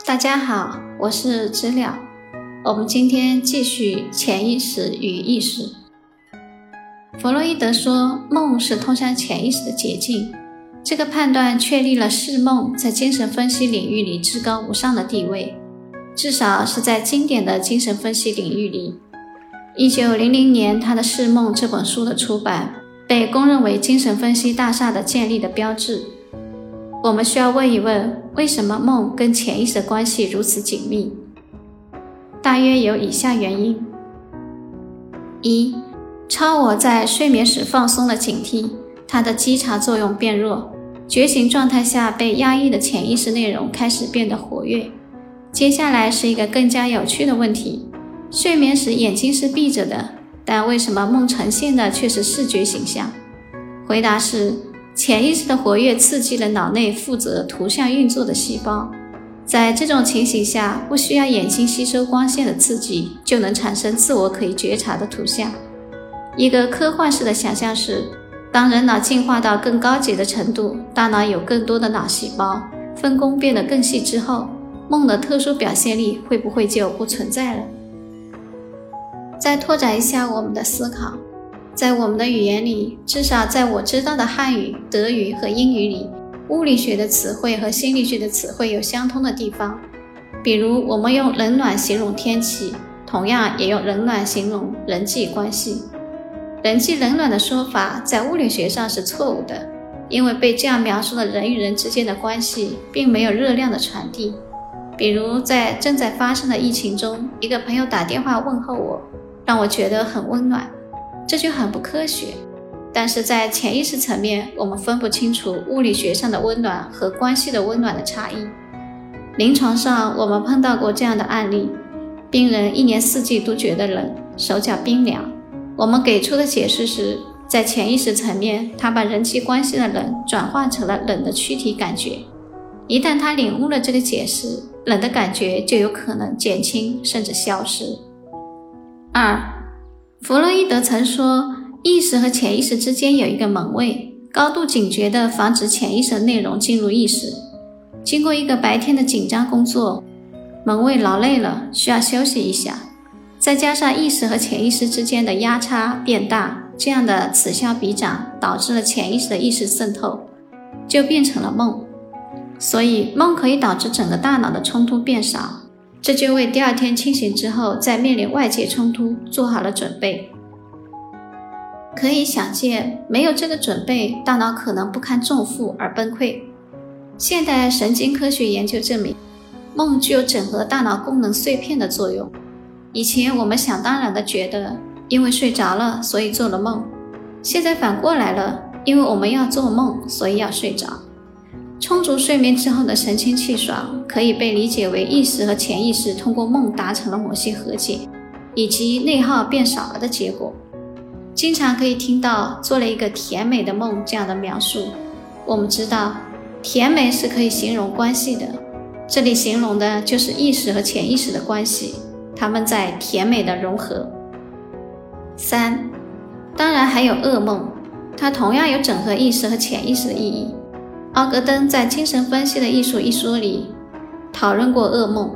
大家好，我是知了。我们今天继续潜意识与意识。弗洛伊德说，梦是通向潜意识的捷径。这个判断确立了释梦在精神分析领域里至高无上的地位，至少是在经典的精神分析领域里。1900年，他的《释梦》这本书的出版被公认为精神分析大厦的建立的标志。我们需要问一问，为什么梦跟潜意识的关系如此紧密？大约有以下原因：一、超我在睡眠时放松了警惕，它的稽查作用变弱，觉醒状态下被压抑的潜意识内容开始变得活跃。接下来是一个更加有趣的问题：睡眠时眼睛是闭着的，但为什么梦呈现的却是视觉形象？回答是，潜意识的活跃刺激了脑内负责图像运作的细胞，在这种情形下，不需要眼睛吸收光线的刺激，就能产生自我可以觉察的图像。一个科幻式的想象是，当人脑进化到更高级的程度，大脑有更多的脑细胞，分工变得更细之后，梦的特殊表现力会不会就不存在了？再拓展一下我们的思考，在我们的语言里，至少在我知道的汉语、德语和英语里，物理学的词汇和心理学的词汇有相通的地方。比如我们用冷暖形容天气，同样也用冷暖形容人际关系。人际冷暖的说法在物理学上是错误的，因为被这样描述的人与人之间的关系并没有热量的传递。比如在正在发生的疫情中，一个朋友打电话问候我，让我觉得很温暖，这就很不科学。但是在潜意识层面，我们分不清楚物理学上的温暖和关系的温暖的差异。临床上我们碰到过这样的案例，病人一年四季都觉得冷，手脚冰凉。我们给出的解释是，在潜意识层面，他把人际关系的冷转换成了冷的躯体感觉。一旦他领悟了这个解释，冷的感觉就有可能减轻甚至消失。二、弗洛伊德曾说，意识和潜意识之间有一个门卫，高度警觉地防止潜意识的内容进入意识。经过一个白天的紧张工作，门卫劳累了，需要休息一下，再加上意识和潜意识之间的压差变大，这样的此消彼长导致了潜意识的意识渗透，就变成了梦。所以梦可以导致整个大脑的冲突变少，这就为第二天清醒之后再面临外界冲突做好了准备。可以想见，没有这个准备，大脑可能不堪重负而崩溃。现代神经科学研究证明，梦具有整合大脑功能碎片的作用。以前我们想当然地觉得，因为睡着了，所以做了梦。现在反过来了，因为我们要做梦，所以要睡着。充足睡眠之后的神清气爽，可以被理解为意识和潜意识通过梦达成了某些和解，以及内耗变少了的结果。经常可以听到做了一个甜美的梦这样的描述。我们知道，甜美是可以形容关系的，这里形容的就是意识和潜意识的关系，它们在甜美的融合。三、当然还有噩梦，它同样有整合意识和潜意识的意义。奥格登在《精神分析的艺术》一书里讨论过噩梦。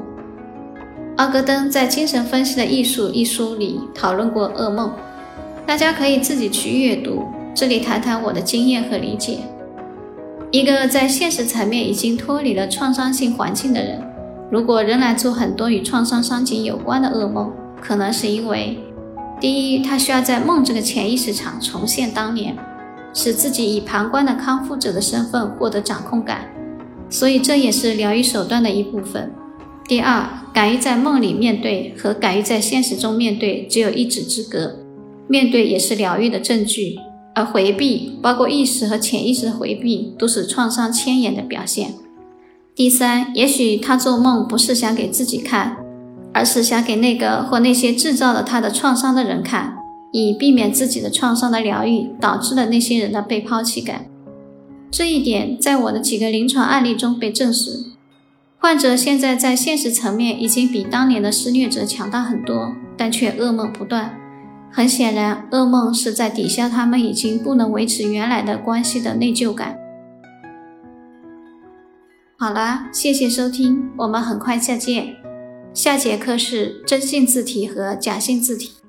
大家可以自己去阅读，这里谈谈我的经验和理解。一个在现实层面已经脱离了创伤性环境的人，如果仍然做很多与创伤场景有关的噩梦，可能是因为，第一，他需要在梦这个潜意识场重现当年，使自己以旁观的康复者的身份获得掌控感，所以这也是疗愈手段的一部分。第二，敢于在梦里面对和敢于在现实中面对只有一指之隔，面对也是疗愈的证据，而回避，包括意识和潜意识的回避，都是创伤牵延的表现。第三，也许他做梦不是想给自己看，而是想给那个或那些制造了他的创伤的人看，以避免自己的创伤的疗愈导致了那些人的被抛弃感。这一点在我的几个临床案例中被证实。患者现在在现实层面已经比当年的施虐者强大很多，但却噩梦不断。很显然，噩梦是在抵消他们已经不能维持原来的关系的内疚感。 好了，谢谢收听，我们很快再见。下节课是真性字体和假性字体。